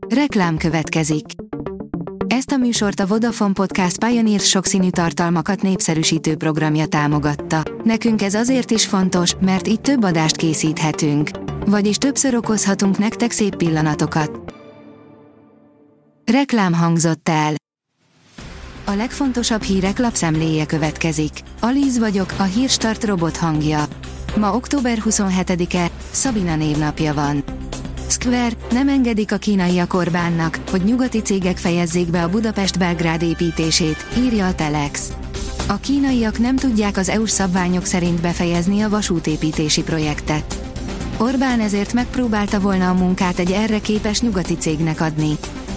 Reklám következik. Ezt a műsort a Vodafone Podcast Pioneer sokszínű tartalmakat népszerűsítő programja támogatta. Nekünk ez azért is fontos, mert így több adást készíthetünk. Vagyis többször okozhatunk nektek szép pillanatokat. Reklám hangzott el. A legfontosabb hírek lapszemléje következik. Alíz vagyok, a Hírstart robot hangja. Ma október 27-e, Szabina névnapja van. Square, nem engedik a kínaiak Orbánnak, hogy nyugati cégek fejezzék be a Budapest-Belgrád építését, írja a Telex. A kínaiak nem tudják az EU-s szabványok szerint befejezni a vasútépítési projektet. Orbán ezért megpróbálta volna a munkát egy erre képes nyugati cégnek adni.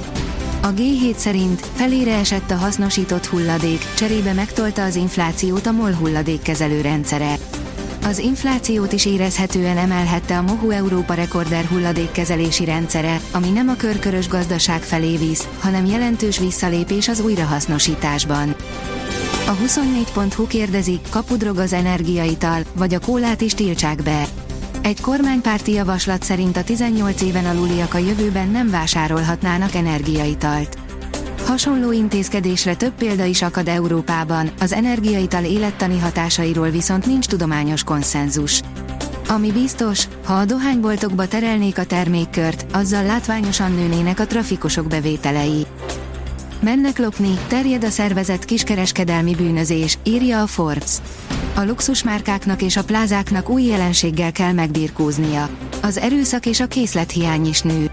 A G7 szerint felére esett a hasznosított hulladék, cserébe megtolta az inflációt a MOL hulladékkezelő rendszere. Az inflációt is érezhetően emelhette a MOHU Európa rekorder hulladékkezelési rendszere, ami nem a körkörös gazdaság felé visz, hanem jelentős visszalépés az újrahasznosításban. A 24.hu kérdezi, kapudrog az energiaital, vagy a kólát is tiltsák be. Egy kormánypárti javaslat szerint a 18 éven aluliak a jövőben nem vásárolhatnának energiaitalt. Hasonló intézkedésre több példa is akad Európában, az energiaital élettani hatásairól viszont nincs tudományos konszenzus. Ami biztos, ha a dohányboltokba terelnék a termékkört, azzal látványosan nőnének a trafikosok bevételei. Mennek lopni, terjed a szervezett kiskereskedelmi bűnözés, írja a Forbes. A luxusmárkáknak és a plázáknak új jelenséggel kell megbirkóznia. Az erőszak és a készlethiány is nő.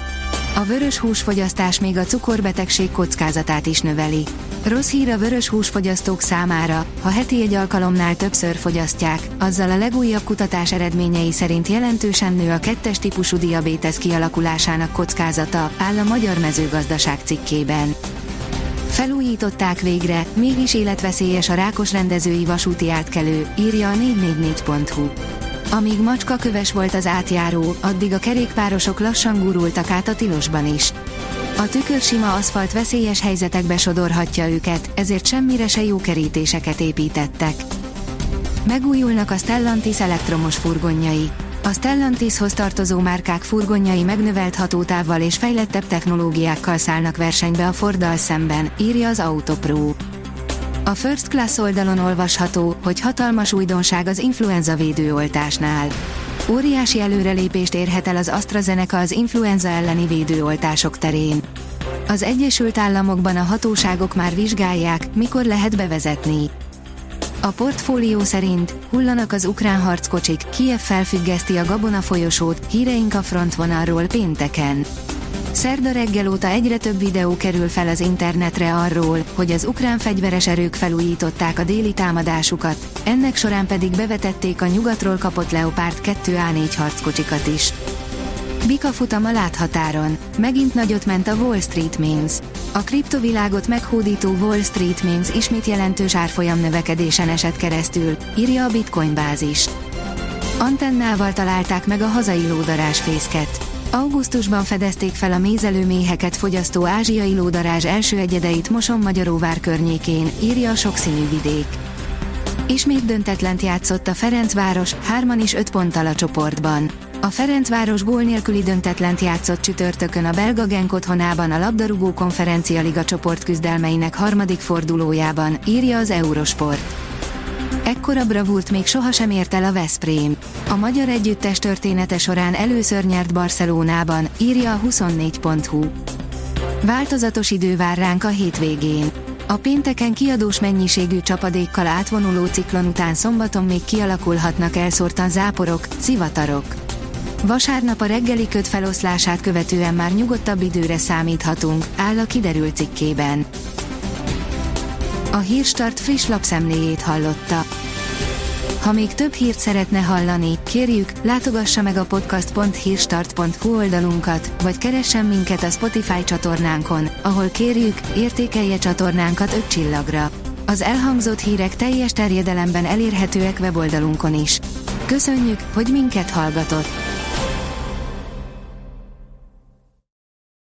A vörös húsfogyasztás még a cukorbetegség kockázatát is növeli. Rossz hír a vörös húsfogyasztók számára, ha heti egy alkalomnál többször fogyasztják, azzal a legújabb kutatás eredményei szerint jelentősen nő a 2-es típusú diabétesz kialakulásának kockázata, áll a Magyar Mezőgazdaság cikkében. Felújították végre, mégis életveszélyes a Rákosrendezői vasúti átkelő, írja a 444.hu. Amíg macskaköves volt az átjáró, addig a kerékpárosok lassan gurultak át a tilosban is. A tükörsima aszfalt veszélyes helyzetekbe sodorhatja őket, ezért semmire se jó kerítéseket építettek. Megújulnak a Stellantis elektromos furgonjai. A Stellantishoz tartozó márkák furgonjai megnövelt hatótávval és fejlettebb technológiákkal szállnak versenybe a Forddal szemben, írja az Autopro. A First Class oldalon olvasható, hogy hatalmas újdonság az influenza védőoltásnál. Óriási előrelépést érhet el az AstraZeneca az influenza elleni védőoltások terén. Az Egyesült Államokban a hatóságok már vizsgálják, mikor lehet bevezetni. A portfólió szerint hullanak az ukrán harckocsik, Kijev felfüggeszti a Gabona folyosót, híreink a frontvonalról pénteken. Szerda reggel óta egyre több videó kerül fel az internetre arról, hogy az ukrán fegyveres erők felújították a déli támadásukat, ennek során pedig bevetették a nyugatról kapott Leopard 2A4 harckocsikat is. Bikafutam a láthatáron. Megint nagyot ment a Wall Street Memes. A kriptovilágot meghódító Wall Street Memes ismét jelentős árfolyam növekedésen esett keresztül, írja a Bitcoin bázis. Antennával találták meg a hazai lódarázsfészket. Augusztusban fedezték fel a mézelőméheket fogyasztó ázsiai lódarázs első egyedeit Moson-Magyaróvár környékén, írja a sokszínű vidék. Ismét döntetlent játszott a Ferencváros, 3-an is 5 ponttal a csoportban. A Ferencváros gól nélküli döntetlent játszott csütörtökön a belga Genk otthonában a labdarúgó konferencia liga csoportküzdelmeinek harmadik fordulójában, írja az Eurosport. Ekkora bravúrt még sohasem ért el a Veszprém. A magyar együttes története során először nyert Barcelonában, írja a 24.hu. Változatos idő vár ránk a hétvégén. A pénteken kiadós mennyiségű csapadékkal átvonuló ciklon után szombaton még kialakulhatnak elszórtan záporok, zivatarok. Vasárnap a reggeli köd feloszlását követően már nyugodtabb időre számíthatunk, áll a kiderült cikkében. A Hírstart friss lapszemléjét hallotta. Ha még több hírt szeretne hallani, kérjük, látogassa meg a podcast.hírstart.hu oldalunkat, vagy keressen minket a Spotify csatornánkon, ahol kérjük, értékelje csatornánkat 5 csillagra. Az elhangzott hírek teljes terjedelemben elérhetőek weboldalunkon is. Köszönjük, hogy minket hallgatott!